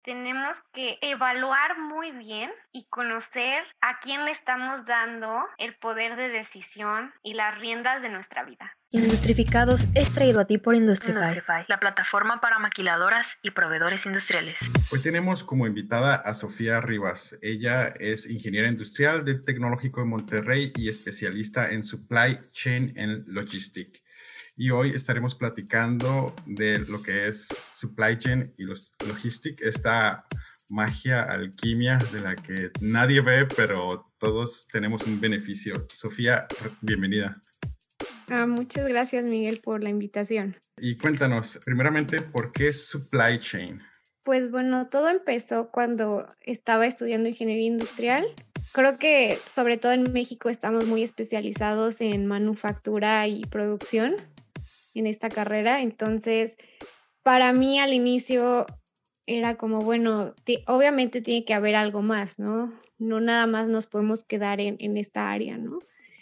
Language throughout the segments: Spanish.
tenemos que evaluar muy bien y conocer a quién le estamos dando el poder de decisión y las riendas de nuestra vida. Industrificados es traído a ti por Industrify, la plataforma para maquiladoras y proveedores industriales. Hoy tenemos como invitada a Sofía Rivas. Ella es ingeniera industrial del Tecnológico de Monterrey y especialista en Supply Chain and Logistics. Y hoy estaremos platicando de lo que es Supply Chain y Logistics, esta magia, alquimia de la que nadie ve, pero todos tenemos un beneficio. Sofía, bienvenida. Muchas gracias, Miguel, por la invitación. Y cuéntanos, primeramente, ¿por qué Supply Chain? Pues bueno, todo empezó cuando estaba estudiando ingeniería industrial. Creo que sobre todo en México estamos muy especializados en manufactura y producción en esta carrera. Entonces, para mí al inicio era como, bueno, obviamente tiene que haber algo más, ¿no? No nada más nos podemos quedar en esta área, ¿no?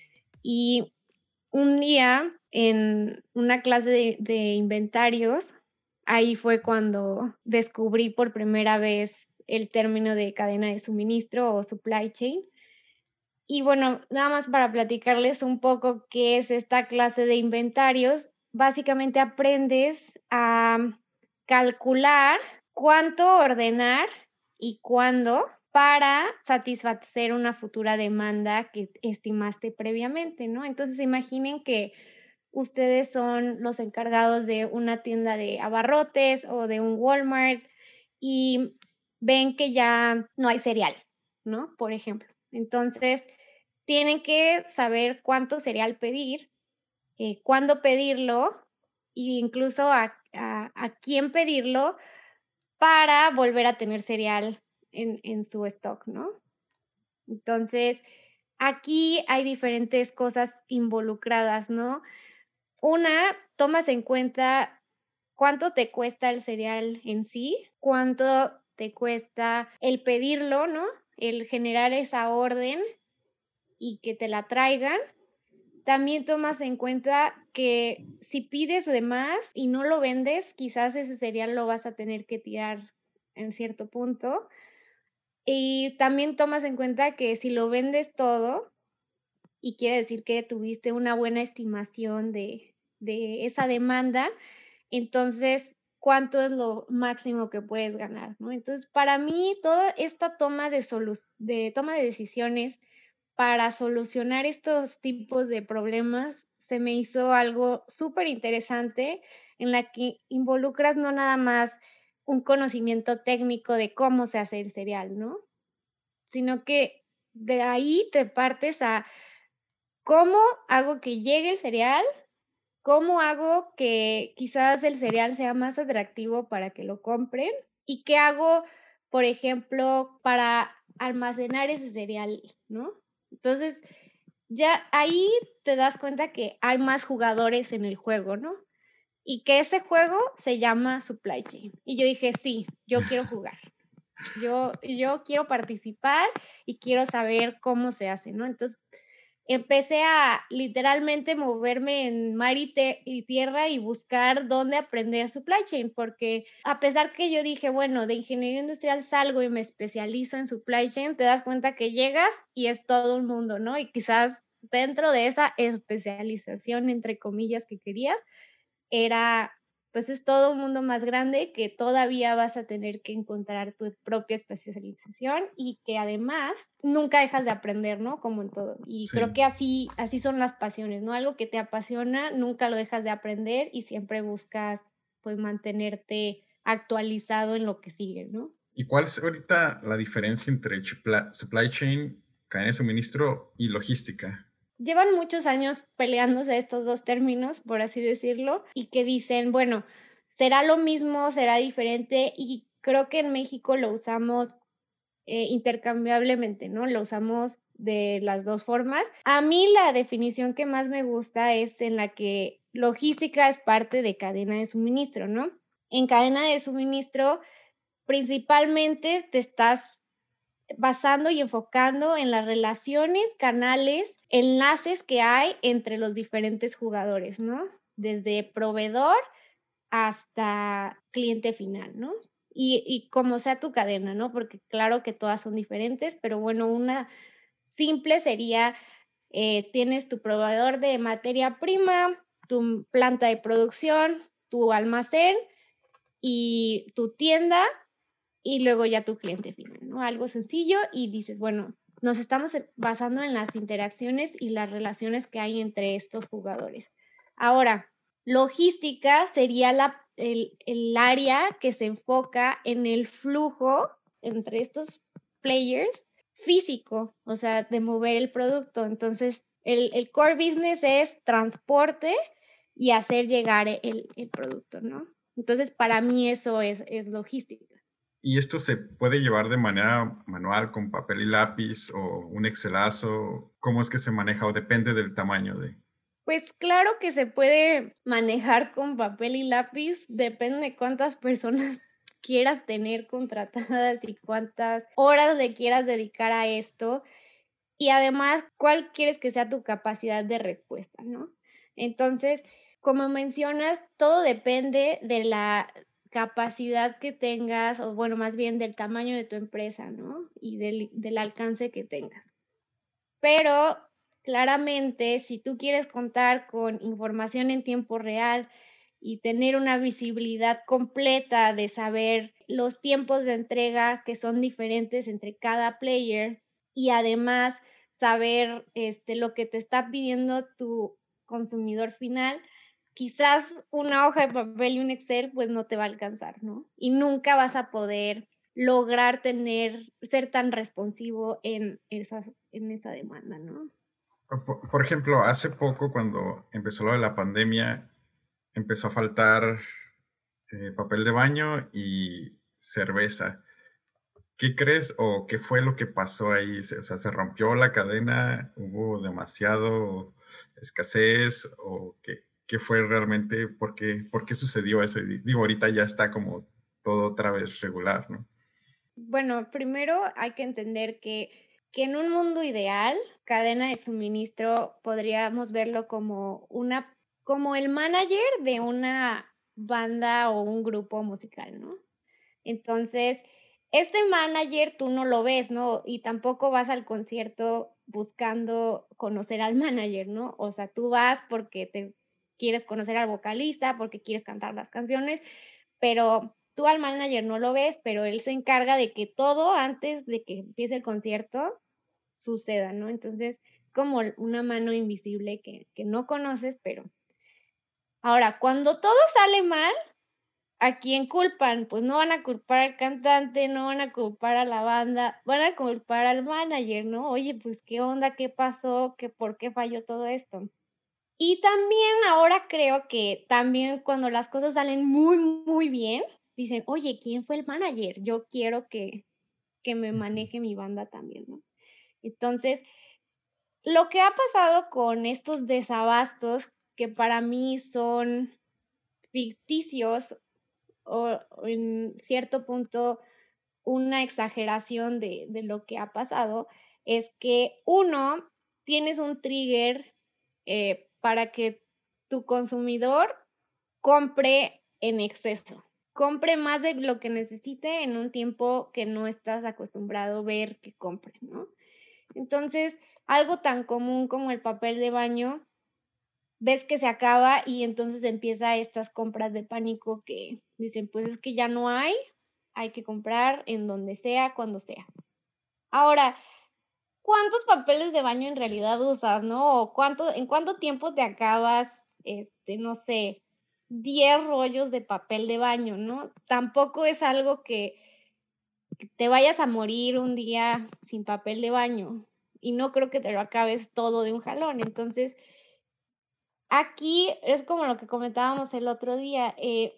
Y un día en una clase de inventarios, ahí fue cuando descubrí por primera vez el término de cadena de suministro o supply chain. Y bueno, nada más para platicarles un poco qué es esta clase de inventarios, básicamente aprendes a calcular cuánto ordenar y cuándo para satisfacer una futura demanda que estimaste previamente, ¿no? Entonces imaginen que ustedes son los encargados de una tienda de abarrotes o de un Walmart y ven que ya no hay cereal, ¿no? Por ejemplo. Entonces, tienen que saber cuánto cereal pedir, cuándo pedirlo e incluso a quién pedirlo para volver a tener cereal en su stock, ¿no? Entonces, aquí hay diferentes cosas involucradas, ¿no? Una, tomas en cuenta cuánto te cuesta el cereal en sí, cuánto te cuesta el pedirlo, ¿no? El generar esa orden y que te la traigan. También tomas en cuenta que si pides de más y no lo vendes, quizás ese cereal lo vas a tener que tirar en cierto punto. Y también tomas en cuenta que si lo vendes todo, y quiere decir que tuviste una buena estimación de esa demanda, entonces, ¿cuánto es lo máximo que puedes ganar, no? Entonces, para mí, toda esta toma de decisiones para solucionar estos tipos de problemas se me hizo algo súper interesante en la que involucras no nada más un conocimiento técnico de cómo se hace el cereal, ¿no? Sino que de ahí te partes a cómo hago que llegue el cereal, cómo hago que quizás el cereal sea más atractivo para que lo compren y qué hago, por ejemplo, para almacenar ese cereal, ¿no? Entonces, ya ahí te das cuenta que hay más jugadores en el juego, ¿no? Y que ese juego se llama supply chain. Y yo dije, sí, yo quiero jugar. Yo quiero participar y quiero saber cómo se hace, ¿no? Entonces, empecé a literalmente moverme en mar y tierra y buscar dónde aprender supply chain, porque a pesar que yo dije, bueno, de ingeniería industrial salgo y me especializo en supply chain, te das cuenta que llegas y es todo un mundo, ¿no? Y quizás dentro de esa especialización, entre comillas, que querías, era, pues es todo un mundo más grande que todavía vas a tener que encontrar tu propia especialización y que además nunca dejas de aprender, ¿no? Como en todo. Y Sí. creo que así son las pasiones, ¿no? Algo que te apasiona, nunca lo dejas de aprender y siempre buscas, pues, mantenerte actualizado en lo que sigue, ¿no? ¿Y cuál es ahorita la diferencia entre supply chain, cadena de suministro y logística? Llevan muchos años peleándose estos dos términos, por así decirlo, y que dicen, bueno, será lo mismo, será diferente, y creo que en México lo usamos intercambiablemente, ¿no? Lo usamos de las dos formas. A mí la definición que más me gusta es en la que logística es parte de cadena de suministro, ¿no? En cadena de suministro, principalmente te estás basando y enfocando en las relaciones, canales, enlaces que hay entre los diferentes jugadores, ¿no? Desde proveedor hasta cliente final, ¿no? y como sea tu cadena, ¿no? Porque claro que todas son diferentes, pero bueno, una simple sería, tienes tu proveedor de materia prima, tu planta de producción, tu almacén y tu tienda y luego ya tu cliente final, ¿no? Algo sencillo y dices, bueno, nos estamos basando en las interacciones y las relaciones que hay entre estos jugadores. Ahora, logística sería el área que se enfoca en el flujo entre estos players físico, o sea, de mover el producto. Entonces, el core business es transporte y hacer llegar el producto, ¿no? Entonces, para mí eso es logística. ¿Y esto se puede llevar de manera manual con papel y lápiz o un Excelazo? ¿Cómo es que se maneja o depende del tamaño de? Pues claro que se puede manejar con papel y lápiz, depende de cuántas personas quieras tener contratadas y cuántas horas le quieras dedicar a esto y además cuál quieres que sea tu capacidad de respuesta, ¿no? Entonces, como mencionas, todo depende de la capacidad que tengas o bueno, más bien del tamaño de tu empresa, ¿no? Y del alcance que tengas. Pero claramente, si tú quieres contar con información en tiempo real y tener una visibilidad completa de saber los tiempos de entrega que son diferentes entre cada player y además saber lo que te está pidiendo tu consumidor final, quizás una hoja de papel y un Excel pues no te va a alcanzar, ¿no? Y nunca vas a poder lograr ser tan responsivo en esa demanda, ¿no? Por ejemplo, hace poco cuando empezó lo de la pandemia, empezó a faltar papel de baño y cerveza. ¿Qué crees o qué fue lo que pasó ahí? O sea, ¿se rompió la cadena? ¿Hubo demasiado escasez? ¿O qué fue realmente? ¿Por qué sucedió eso? Y digo, ahorita ya está como todo otra vez regular, ¿no? Bueno, primero hay que entender que en un mundo ideal, cadena de suministro podríamos verlo como el manager de una banda o un grupo musical, ¿no? Entonces, este manager tú no lo ves, ¿no? Y tampoco vas al concierto buscando conocer al manager, ¿no? O sea, tú vas porque te quieres conocer al vocalista, porque quieres cantar las canciones, pero tú al manager no lo ves, pero él se encarga de que todo antes de que empiece el concierto suceda, ¿no? Entonces, es como una mano invisible que no conoces, pero ahora, cuando todo sale mal, ¿a quién culpan? Pues no van a culpar al cantante, no van a culpar a la banda, van a culpar al manager, ¿no? Oye, pues, ¿qué onda? ¿Qué pasó? ¿Por qué falló todo esto? Y también ahora creo que también cuando las cosas salen muy, muy bien, dicen: "Oye, ¿quién fue el manager? Yo quiero que me maneje mi banda también", ¿no? Entonces, lo que ha pasado con estos desabastos, que para mí son ficticios o en cierto punto una exageración de lo que ha pasado, es que uno, tienes un trigger para que tu consumidor compre en exceso, compre más de lo que necesite en un tiempo que no estás acostumbrado a ver que compre, ¿no? Entonces, algo tan común como el papel de baño, ves que se acaba y entonces empieza estas compras de pánico que dicen, pues es que ya no hay que comprar en donde sea, cuando sea. Ahora, ¿cuántos papeles de baño en realidad usas, no? O en cuánto tiempo te acabas, no sé, 10 rollos de papel de baño, ¿no? Tampoco es algo que te vayas a morir un día sin papel de baño y no creo que te lo acabes todo de un jalón. Entonces, aquí es como lo que comentábamos el otro día,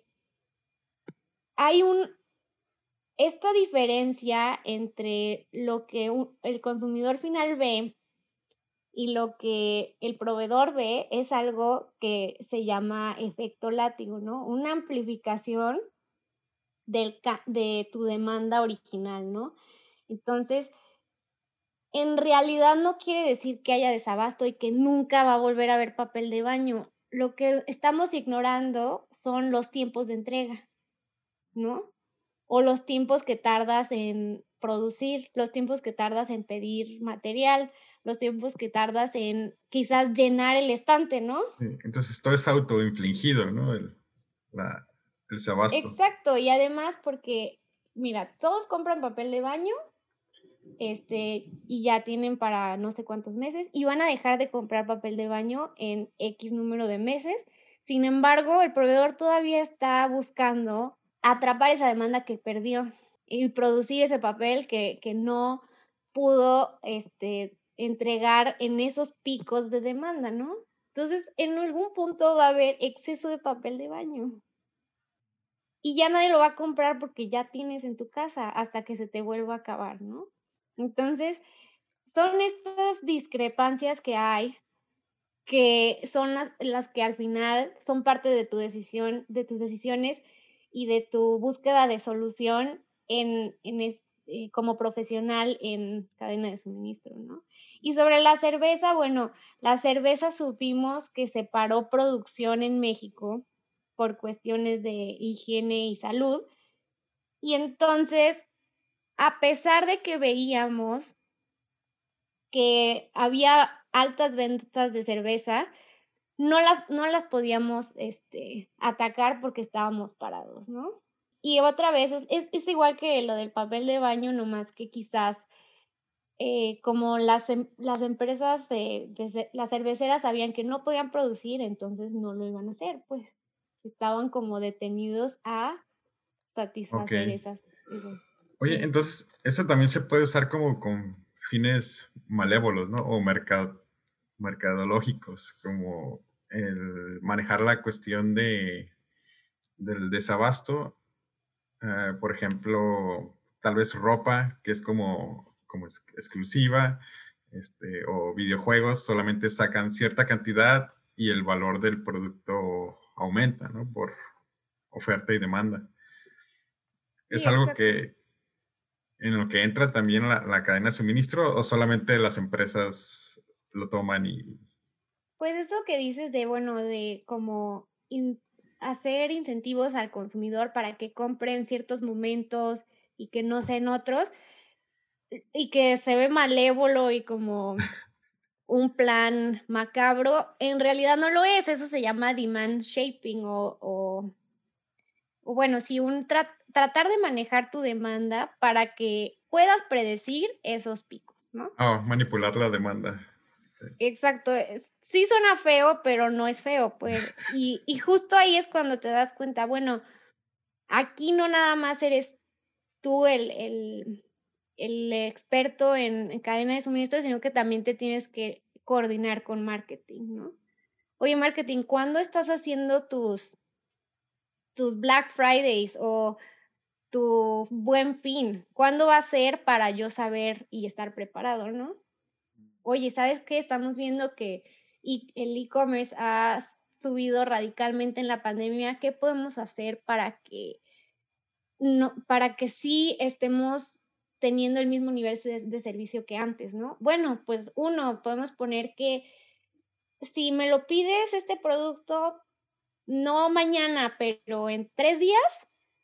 hay esta diferencia entre lo que el consumidor final ve y lo que el proveedor ve es algo que se llama efecto látigo, ¿no? Una amplificación de tu demanda original, ¿no? Entonces, en realidad no quiere decir que haya desabasto y que nunca va a volver a haber papel de baño. Lo que estamos ignorando son los tiempos de entrega, ¿no? o los tiempos que tardas en producir, los tiempos que tardas en pedir material, los tiempos que tardas en quizás llenar el estante, ¿no? Sí, entonces todo es autoinfligido, ¿no? El desabasto. Exacto, y además porque, mira, todos compran papel de baño, y ya tienen para no sé cuántos meses, y van a dejar de comprar papel de baño en X número de meses. Sin embargo, el proveedor todavía está buscando atrapar esa demanda que perdió y producir ese papel que no pudo, entregar en esos picos de demanda, ¿no? Entonces, en algún punto va a haber exceso de papel de baño. Y ya nadie lo va a comprar porque ya tienes en tu casa hasta que se te vuelva a acabar, ¿no? Entonces, son estas discrepancias que hay, que son las que al final son parte de tu decisión, de tus decisiones y de tu búsqueda de solución como profesional en cadena de suministro, ¿no? Y sobre la cerveza, bueno, la cerveza supimos que se paró producción en México por cuestiones de higiene y salud. Y entonces, a pesar de que veíamos que había altas ventas de cerveza, no las podíamos, atacar porque estábamos parados, ¿no? Y otra vez es igual que lo del papel de baño, nomás que quizás, como las empresas, las cerveceras sabían que no podían producir, entonces no lo iban a hacer, pues, estaban como detenidos a Ok. satisfacer esas Oye, entonces, eso también se puede usar como con fines malévolos, ¿no? O mercadológicos, como el manejar la cuestión del desabasto. Por ejemplo, tal vez ropa, que es como exclusiva, o videojuegos, solamente sacan cierta cantidad y el valor del producto aumenta, ¿no? Por oferta y demanda. Sí, ¿Es algo exacto. que en lo que entra también la cadena de suministro o solamente las empresas lo toman y... Pues eso que dices de, bueno, de como hacer incentivos al consumidor para que compre en ciertos momentos y que no sea en otros, y que se ve malévolo y como un plan macabro, en realidad no lo es, eso se llama demand shaping o bueno, sí, tratar de manejar tu demanda para que puedas predecir esos picos, ¿no? Oh, manipular la demanda. Exacto, sí suena feo, pero no es feo, pues, y justo ahí es cuando te das cuenta, bueno, aquí no nada más eres tú el experto en cadena de suministro, sino que también te tienes que coordinar con marketing, ¿no? Oye, marketing, ¿cuándo estás haciendo tus Black Fridays o tu Buen Fin? ¿Cuándo va a ser para yo saber y estar preparado, no? Oye, ¿sabes qué? Estamos viendo que el e-commerce ha subido radicalmente en la pandemia. ¿Qué podemos hacer para que sí estemos teniendo el mismo nivel de servicio que antes, ¿no? Bueno, pues podemos poner que si me lo pides este producto, no mañana, pero en 3 días,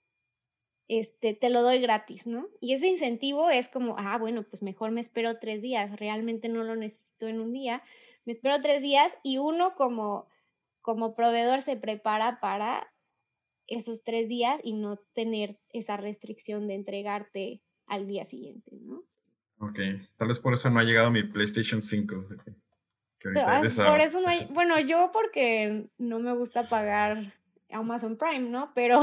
te lo doy gratis, ¿no? Y ese incentivo es como, bueno, pues mejor me espero 3 días, realmente no lo necesito en un día, me espero 3 días y uno como proveedor se prepara para esos 3 días y no tener esa restricción de entregarte al día siguiente, ¿no? Ok, tal vez por eso no ha llegado mi PlayStation 5, que ahorita hay Por desabasto. eso no hay, bueno, yo porque no me gusta pagar Amazon Prime, ¿no? Pero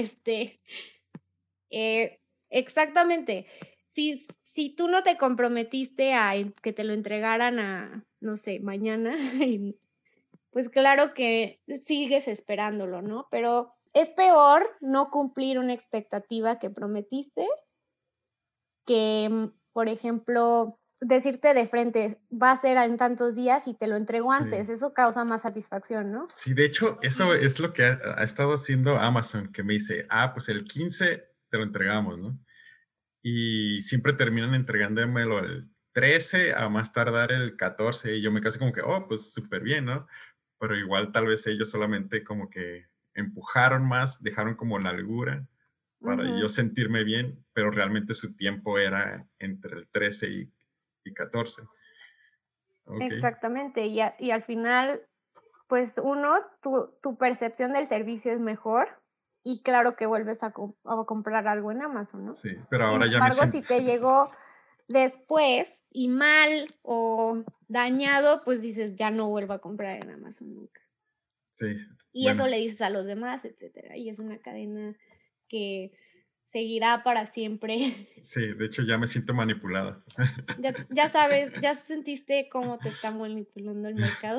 Eh, exactamente. Si tú no te comprometiste a que te lo entregaran no sé, mañana, pues claro que sigues esperándolo, ¿no? Pero es peor no cumplir una expectativa que prometiste que, por ejemplo, decirte de frente, va a ser en tantos días y te lo entrego Sí. antes. Eso causa más satisfacción, ¿no? Sí, de hecho, eso es lo que ha estado haciendo Amazon, que me dice, pues el 15 te lo entregamos, ¿no? Y siempre terminan entregándomelo el 13, a más tardar el 14, y yo me quedo así como que, pues súper bien, ¿no? Pero igual tal vez ellos solamente como que empujaron más, dejaron como la holgura para yo Ujú. sentirme bien, pero realmente su tiempo era entre el 13 y 14. Ok, Exactamente, y al final, pues uno, tu percepción del servicio es mejor y claro que vuelves a comprar algo en Amazon, ¿no? sí, pero Sin ahora ya me embargo, siento, si te llegó después y mal o dañado, pues dices, ya no vuelvo a comprar en Amazon nunca. sí, Y bueno, eso le dices a los demás, etcétera. Y es una cadena que seguirá para siempre. sí, de hecho ya me siento manipulada. Ya sabes, ya sentiste cómo te está manipulando el mercado.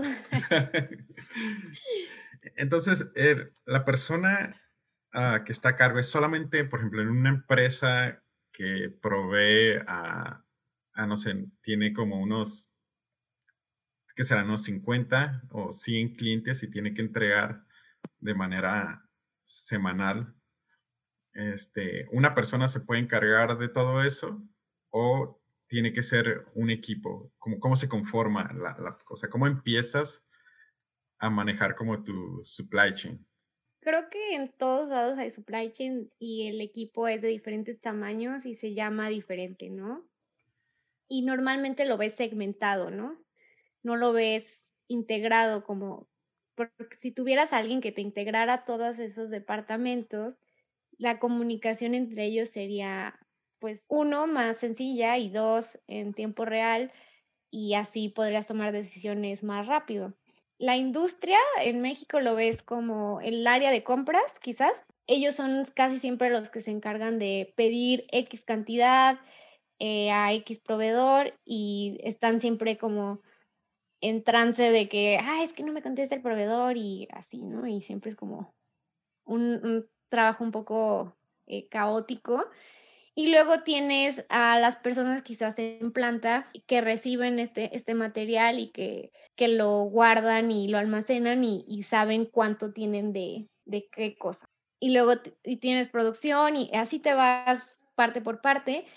Entonces, la persona que está a cargo es solamente, por ejemplo, en una empresa que provee no sé, tiene como unos, ¿qué serán? Unos 50 o 100 clientes y tiene que entregar de manera semanal. ¿Una persona se puede encargar de todo eso o tiene que ser un equipo? ¿Cómo se conforma la cosa? ¿Cómo empiezas a manejar como tu supply chain? Creo que en todos lados hay supply chain y el equipo es de diferentes tamaños y se llama diferente, ¿no? Y normalmente lo ves segmentado, ¿no? No lo ves integrado como, porque si tuvieras a alguien que te integrara todos esos departamentos, la comunicación entre ellos sería, pues, uno, más sencilla y dos, en tiempo real y así podrías tomar decisiones más rápido. La industria en México lo ves como el área de compras, quizás. Ellos son casi siempre los que se encargan de pedir X cantidad a X proveedor y están siempre como en trance de que, es que no me contesta el proveedor y así, ¿no? Y siempre es como un trabajo un poco caótico. Y luego tienes a las personas quizás en planta que reciben este material y que lo guardan y lo almacenan y saben cuánto tienen de qué cosa. Y luego y tienes producción y así te vas parte por parte,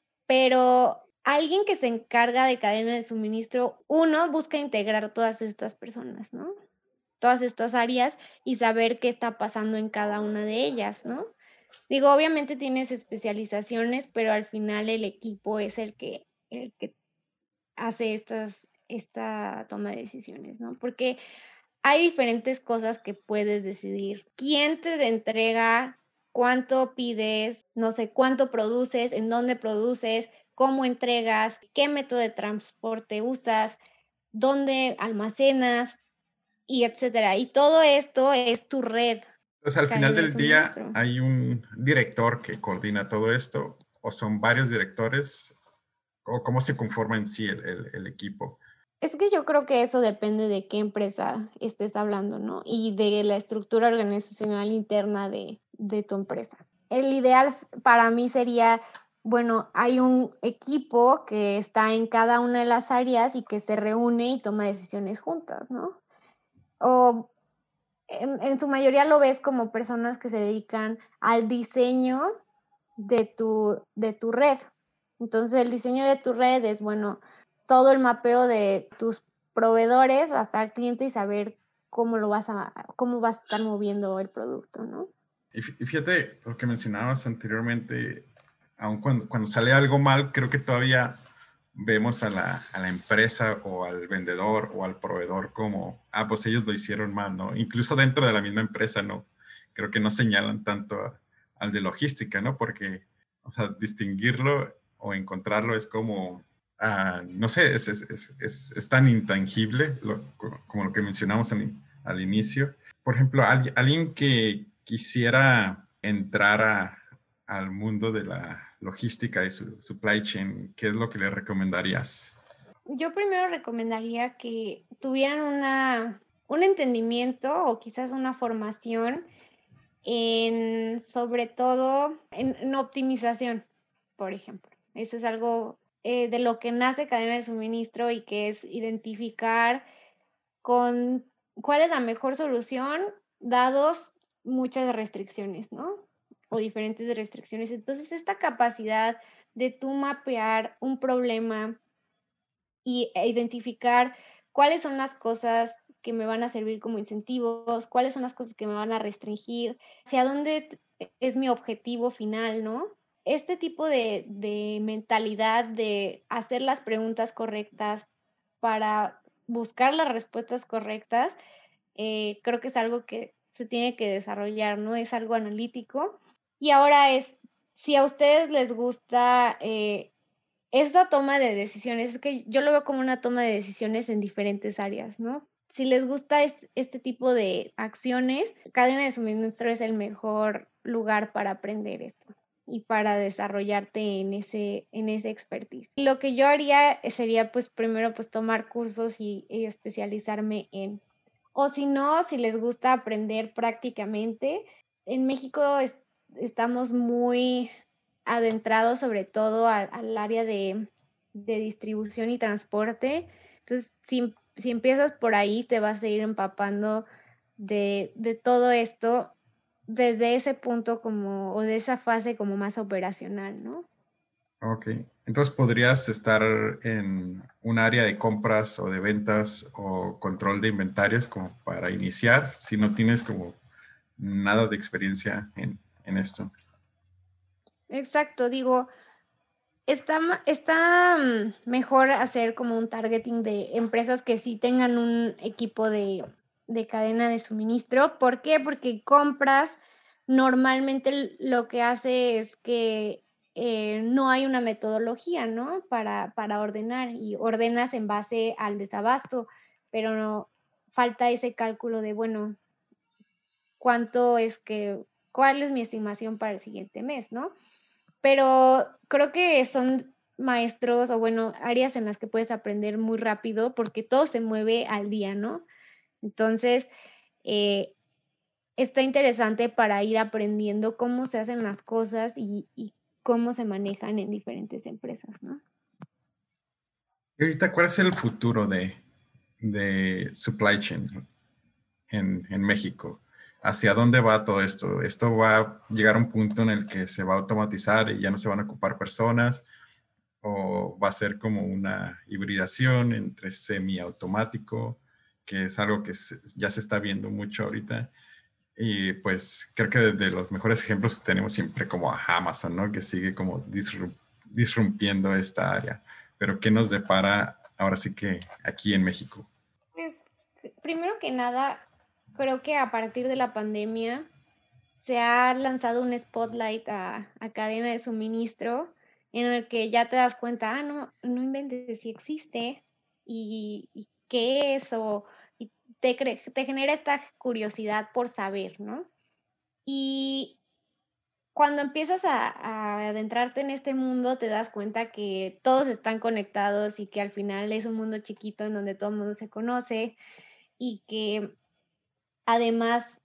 pero alguien que se encarga de cadena de suministro, uno, busca integrar todas estas personas, ¿no? Todas estas áreas y saber qué está pasando en cada una de ellas, ¿no? Digo, obviamente tienes especializaciones, pero al final el equipo es el que hace esta toma de decisiones, ¿no? Porque hay diferentes cosas que puedes decidir. ¿Quién te entrega? ¿Cuánto pides? No sé, cuánto produces, en dónde produces, cómo entregas, qué método de transporte usas, dónde almacenas y etcétera. Y todo esto es tu red, Entonces, al final cadena de del día, suministro. ¿hay un director que coordina todo esto o son varios directores? ¿O cómo se conforma en sí el equipo? Es que yo creo que eso depende de qué empresa estés hablando, ¿no? Y de la estructura organizacional interna de tu empresa. El ideal para mí sería, bueno, hay un equipo que está en cada una de las áreas y que se reúne y toma decisiones juntas, ¿no? O en su mayoría lo ves como personas que se dedican al diseño de tu red. Entonces, el diseño de tu red es, bueno, todo el mapeo de tus proveedores hasta el cliente y saber cómo vas a estar moviendo el producto, ¿no? Y fíjate lo que mencionabas anteriormente, aun cuando sale algo mal, creo que todavía vemos a la empresa o al vendedor o al proveedor como, pues ellos lo hicieron mal, ¿no? Incluso dentro de la misma empresa, ¿no? Creo que no señalan tanto al de logística, ¿no? Porque, o sea, distinguirlo o encontrarlo es como, no sé, es tan intangible como lo que mencionamos al inicio. Por ejemplo, alguien que quisiera entrar al mundo de la logística y su supply chain, ¿qué es lo que le recomendarías? Yo primero recomendaría que tuvieran un entendimiento o quizás una formación sobre todo en optimización, por ejemplo. Eso es algo de lo que nace cadena de suministro y que es identificar con cuál es la mejor solución dados muchas restricciones, ¿no? O diferentes restricciones. Entonces, esta capacidad de tú mapear un problema e identificar cuáles son las cosas que me van a servir como incentivos, cuáles son las cosas que me van a restringir, hacia dónde es mi objetivo final, ¿no? Este tipo de mentalidad de hacer las preguntas correctas para buscar las respuestas correctas, creo que es algo que se tiene que desarrollar, ¿no? Es algo analítico. Y ahora si a ustedes les gusta esta toma de decisiones, es que yo lo veo como una toma de decisiones en diferentes áreas, ¿no? Si les gusta este tipo de acciones, cadena de suministro es el mejor lugar para aprender esto y para desarrollarte en ese expertise. Lo que yo haría sería, pues, primero, pues, tomar cursos y especializarme en. O si no, si les gusta aprender prácticamente, en México estamos muy adentrados sobre todo al área de distribución y transporte. Entonces, si empiezas por ahí, te vas a ir empapando de todo esto desde ese punto o de esa fase como más operacional, ¿no? Ok, entonces podrías estar en un área de compras o de ventas o control de inventarios como para iniciar si no tienes como nada de experiencia en esto. Exacto, digo, está mejor hacer como un targeting de empresas que sí tengan un equipo de cadena de suministro. ¿Por qué? Porque compras normalmente lo que hace es que no hay una metodología, ¿no? Para ordenar y ordenas en base al desabasto, pero no falta ese cálculo de, bueno, ¿cuál es mi estimación para el siguiente mes, ¿no? Pero creo que son maestros o bueno, áreas en las que puedes aprender muy rápido porque todo se mueve al día, ¿no? Entonces, está interesante para ir aprendiendo cómo se hacen las cosas y cómo se manejan en diferentes empresas, ¿no? Y ahorita, ¿cuál es el futuro de supply chain en México? ¿Hacia dónde va todo esto? ¿Esto va a llegar a un punto en el que se va a automatizar y ya no se van a ocupar personas? ¿O va a ser como una hibridación entre semiautomático, que es algo que ya se está viendo mucho ahorita? Y pues creo que de los mejores ejemplos que tenemos siempre como a Amazon, ¿no? Que sigue como disrumpiendo esta área. Pero ¿qué nos depara ahora sí que aquí en México? Pues, primero que nada, creo que a partir de la pandemia se ha lanzado un spotlight a cadena de suministro en el que ya te das cuenta, no inventes si existe y qué es, y te genera esta curiosidad por saber, ¿no? Y cuando empiezas a adentrarte en este mundo, te das cuenta que todos están conectados y que al final es un mundo chiquito en donde todo el mundo se conoce y que además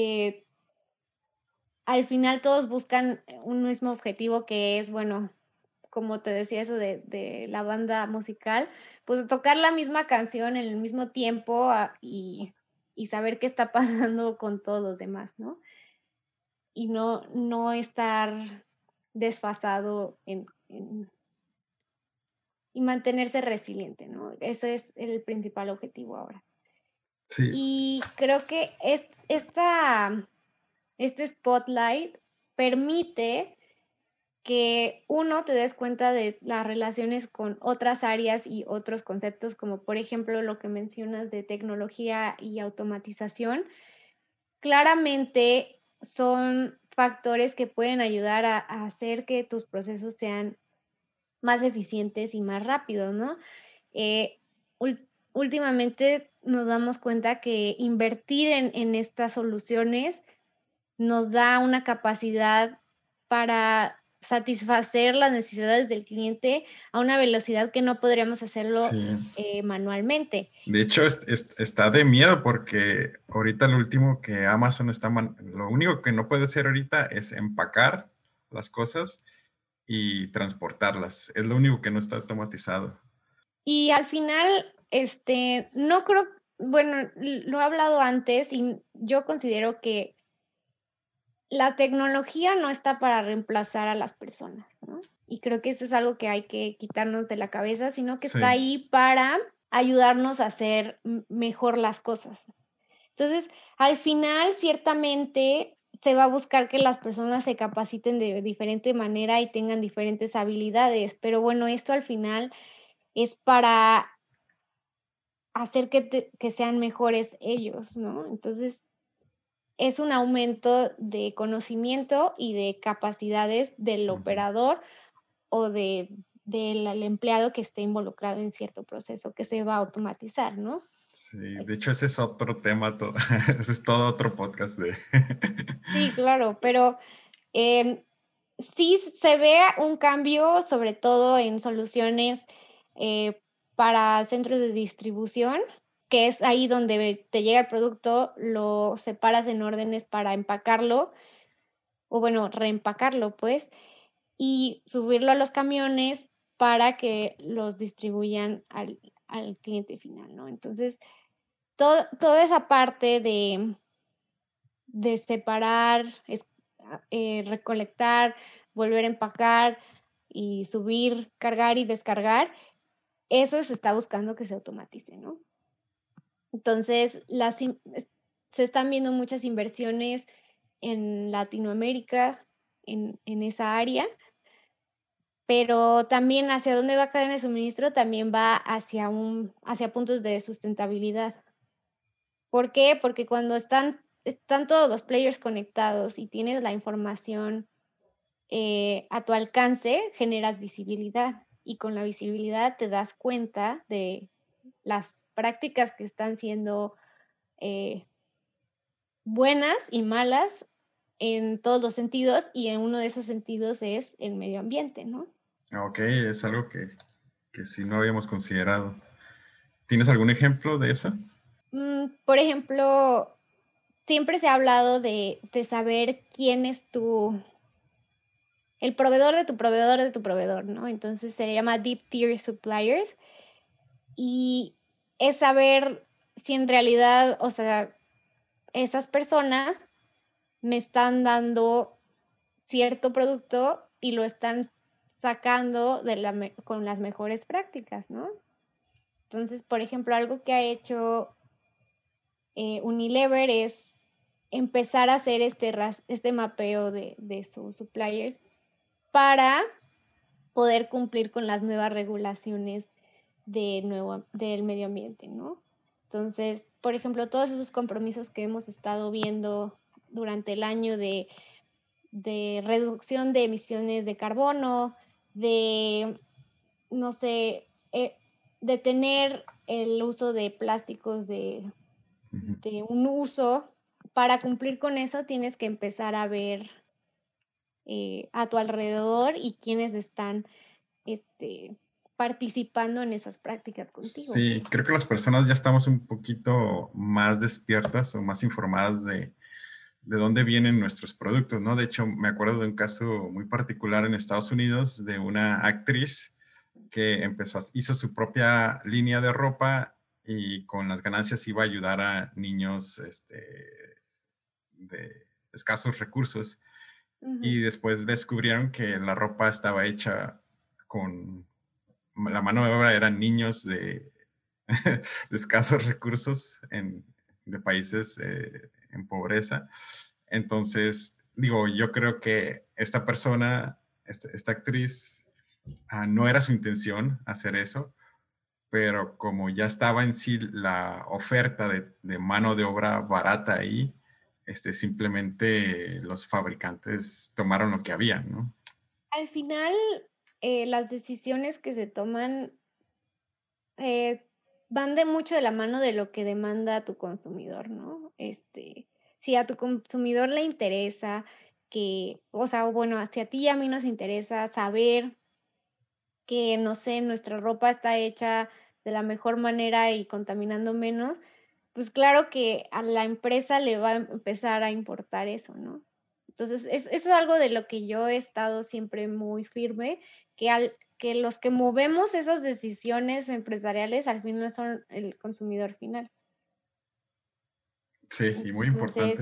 al final todos buscan un mismo objetivo que es, bueno, como te decía eso de la banda musical, pues tocar la misma canción en el mismo tiempo y saber qué está pasando con todos los demás, ¿no? Y no estar desfasado y mantenerse resiliente, ¿no? Ese es el principal objetivo ahora. Sí, Y creo que este spotlight permite que uno te des cuenta de las relaciones con otras áreas y otros conceptos, como por ejemplo lo que mencionas de tecnología y automatización. Claramente son factores que pueden ayudar a hacer que tus procesos sean más eficientes y más rápidos, ¿no? Eh, últimamente nos damos cuenta que invertir en estas soluciones nos da una capacidad para satisfacer las necesidades del cliente a una velocidad que no podríamos hacerlo sí. manualmente. De hecho, está de miedo porque ahorita lo último que Amazon lo único que no puede hacer ahorita es empacar las cosas y transportarlas. Es lo único que no está automatizado. Y al final, no creo, bueno, lo he hablado antes y yo considero que la tecnología no está para reemplazar a las personas, ¿no? Y creo que eso es algo que hay que quitarnos de la cabeza, sino que está Sí, ahí para ayudarnos a hacer mejor las cosas. Entonces, al final, ciertamente, se va a buscar que las personas se capaciten de diferente manera y tengan diferentes habilidades, pero bueno, esto al final es para hacer que sean mejores ellos, ¿no? Entonces, es un aumento de conocimiento y de capacidades del operador o del empleado que esté involucrado en cierto proceso que se va a automatizar, ¿no? Sí, de hecho ese es otro tema, ese es todo otro podcast de... Sí, claro, pero sí se ve un cambio, sobre todo en soluciones para centros de distribución, que es ahí donde te llega el producto, lo separas en órdenes para empacarlo, o bueno, reempacarlo, pues, y subirlo a los camiones para que los distribuyan al cliente final, ¿no? Entonces, toda esa parte de separar, recolectar, volver a empacar y subir, cargar y descargar, eso se está buscando que se automatice, ¿no? Entonces, se están viendo muchas inversiones en Latinoamérica en esa área, pero también hacia dónde va cadena de suministro, también va hacia puntos de sustentabilidad. ¿Por qué? Porque cuando están todos los players conectados y tienes la información a tu alcance, generas visibilidad y con la visibilidad te das cuenta de las prácticas que están siendo buenas y malas en todos los sentidos y en uno de esos sentidos es el medio ambiente, ¿no? Ok, es algo que sí no habíamos considerado. ¿Tienes algún ejemplo de eso? Por ejemplo, siempre se ha hablado de saber quién es el proveedor de tu proveedor de tu proveedor, ¿no? Entonces se llama Deep Tier Suppliers y es saber si en realidad, o sea, esas personas me están dando cierto producto y lo están sacando con las mejores prácticas, ¿no? Entonces, por ejemplo, algo que ha hecho Unilever es empezar a hacer este mapeo de sus suppliers para poder cumplir con las nuevas regulaciones del medio ambiente, ¿no? Entonces, por ejemplo, todos esos compromisos que hemos estado viendo durante el año de reducción de emisiones de carbono, de, no sé, detener el uso de plásticos de un uso. Para cumplir con eso tienes que empezar a ver a tu alrededor y quiénes están participando en esas prácticas contigo. Sí, creo que las personas ya estamos un poquito más despiertas o más informadas de dónde vienen nuestros productos, ¿no? De hecho, me acuerdo de un caso muy particular en Estados Unidos de una actriz que hizo su propia línea de ropa y con las ganancias iba a ayudar a niños de escasos recursos. Y después descubrieron que la ropa estaba hecha con la mano de obra, eran niños de escasos recursos de países en pobreza. Entonces, digo, yo creo que esta persona, esta actriz, no era su intención hacer eso, pero como ya estaba en sí la oferta de mano de obra barata ahí, simplemente los fabricantes tomaron lo que había, ¿no? Al final, las decisiones que se toman van mucho de la mano de lo que demanda tu consumidor, ¿no? Si a tu consumidor le interesa o sea, bueno, si a ti y a mí nos interesa saber que, no sé, nuestra ropa está hecha de la mejor manera y contaminando menos, pues claro que a la empresa le va a empezar a importar eso, ¿no? Entonces, eso es algo de lo que yo he estado siempre muy firme, que los que movemos esas decisiones empresariales al final son el consumidor final. Sí, y muy Entonces, importante.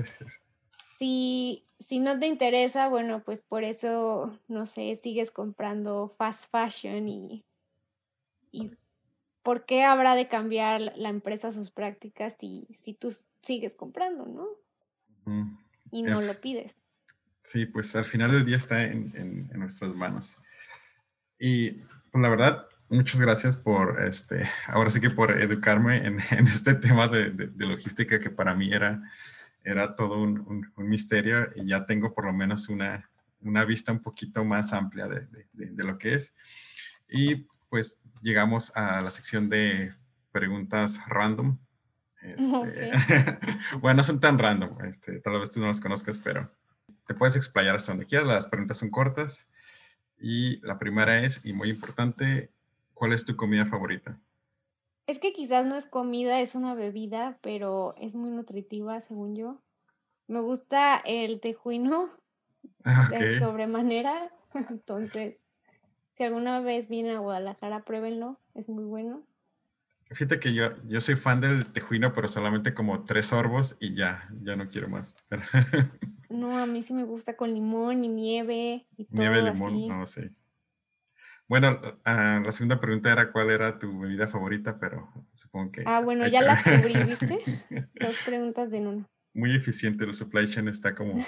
si no te interesa, bueno, pues por eso, no sé, sigues comprando fast fashion y ¿por qué habrá de cambiar la empresa sus prácticas si tú sigues comprando, ¿no? Y no lo pides. Sí, pues al final del día está en nuestras manos. Y pues la verdad, muchas gracias por ahora sí que por educarme en este tema de logística que para mí era todo un misterio, y ya tengo por lo menos una vista un poquito más amplia de lo que es. Y pues llegamos a la sección de preguntas random. Okay. Bueno, no son tan random, tal vez tú no las conozcas, pero te puedes explayar hasta donde quieras. Las preguntas son cortas. Y la primera es, y muy importante, ¿cuál es tu comida favorita? Es que quizás no es comida, es una bebida, pero es muy nutritiva, según yo. Me gusta el tejuino Ok. de sobremanera, entonces, si alguna vez vienen a Guadalajara, pruébenlo, es muy bueno. Fíjate que yo soy fan del tejuino, pero solamente como 3 sorbos y ya no quiero más. No, a mí sí me gusta con limón y nieve y Nieve, todo limón, así. no sé. Bueno, la segunda pregunta era cuál era tu bebida favorita, pero supongo que... Bueno, ya las cubrí, ¿viste? 2 preguntas en una. Muy eficiente, el supply chain está como...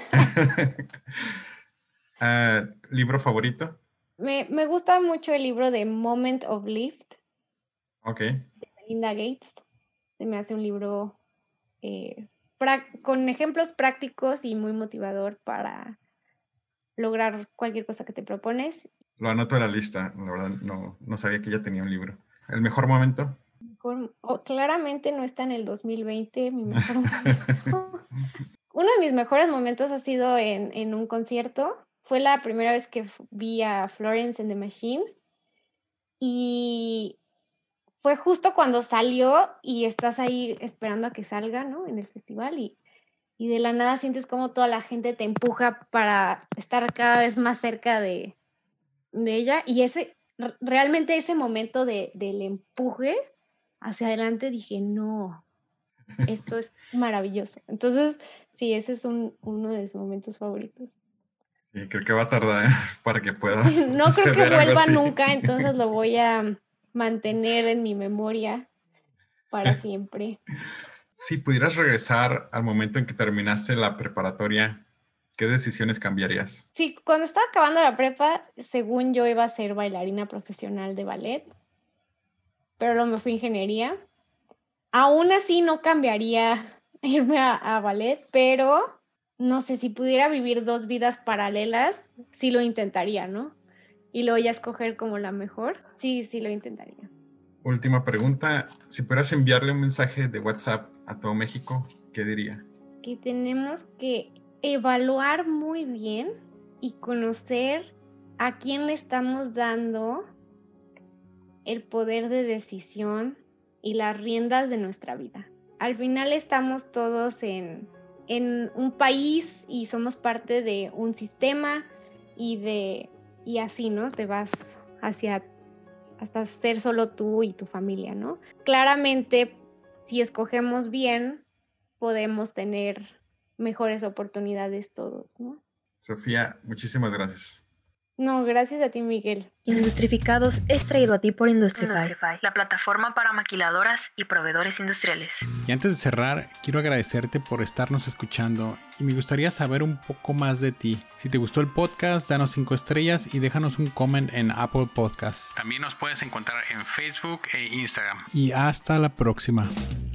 ¿Libro favorito? Me gusta mucho el libro de Moment of Lift Ok. de Melinda Gates. Se me hace un libro con ejemplos prácticos y muy motivador para lograr cualquier cosa que te propones. Lo anoto en la lista, la verdad no sabía que ya tenía un libro. ¿El mejor momento? Claramente no está en el 2020, mi mejor momento. Uno de mis mejores momentos ha sido en un concierto. Fue la primera vez que vi a Florence and the Machine y fue justo cuando salió y estás ahí esperando a que salga, ¿no? En el festival y de la nada sientes como toda la gente te empuja para estar cada vez más cerca de ella, y realmente ese momento del empuje hacia adelante dije, no, esto es maravilloso. Entonces, sí, ese es uno de sus momentos favoritos. Sí, creo que va a tardar para que pueda No creo que suceder algo vuelva así. nunca, entonces lo voy a mantener en mi memoria para siempre. Si pudieras regresar al momento en que terminaste la preparatoria, ¿qué decisiones cambiarías? Sí, cuando estaba acabando la prepa, según yo iba a ser bailarina profesional de ballet, pero luego me fui a ingeniería. Aún así no cambiaría irme a ballet, pero no sé, si pudiera vivir 2 vidas paralelas, sí lo intentaría, ¿no? Y luego ya escoger como la mejor, sí lo intentaría. Última pregunta, si pudieras enviarle un mensaje de WhatsApp a todo México, ¿qué diría? Que tenemos que evaluar muy bien y conocer a quién le estamos dando el poder de decisión y las riendas de nuestra vida. Al final estamos todos en un país y somos parte de un sistema y así, ¿no? Te vas hasta ser solo tú y tu familia, ¿no? Claramente, si escogemos bien, podemos tener mejores oportunidades todos, ¿no? Sofía, muchísimas gracias. No, gracias a ti, Miguel. Industrificados es traído a ti por Industrify. La plataforma para maquiladoras y proveedores industriales. Y antes de cerrar, quiero agradecerte por estarnos escuchando y me gustaría saber un poco más de ti. Si te gustó el podcast, danos 5 estrellas y déjanos un comment en Apple Podcasts. También nos puedes encontrar en Facebook e Instagram. Y hasta la próxima.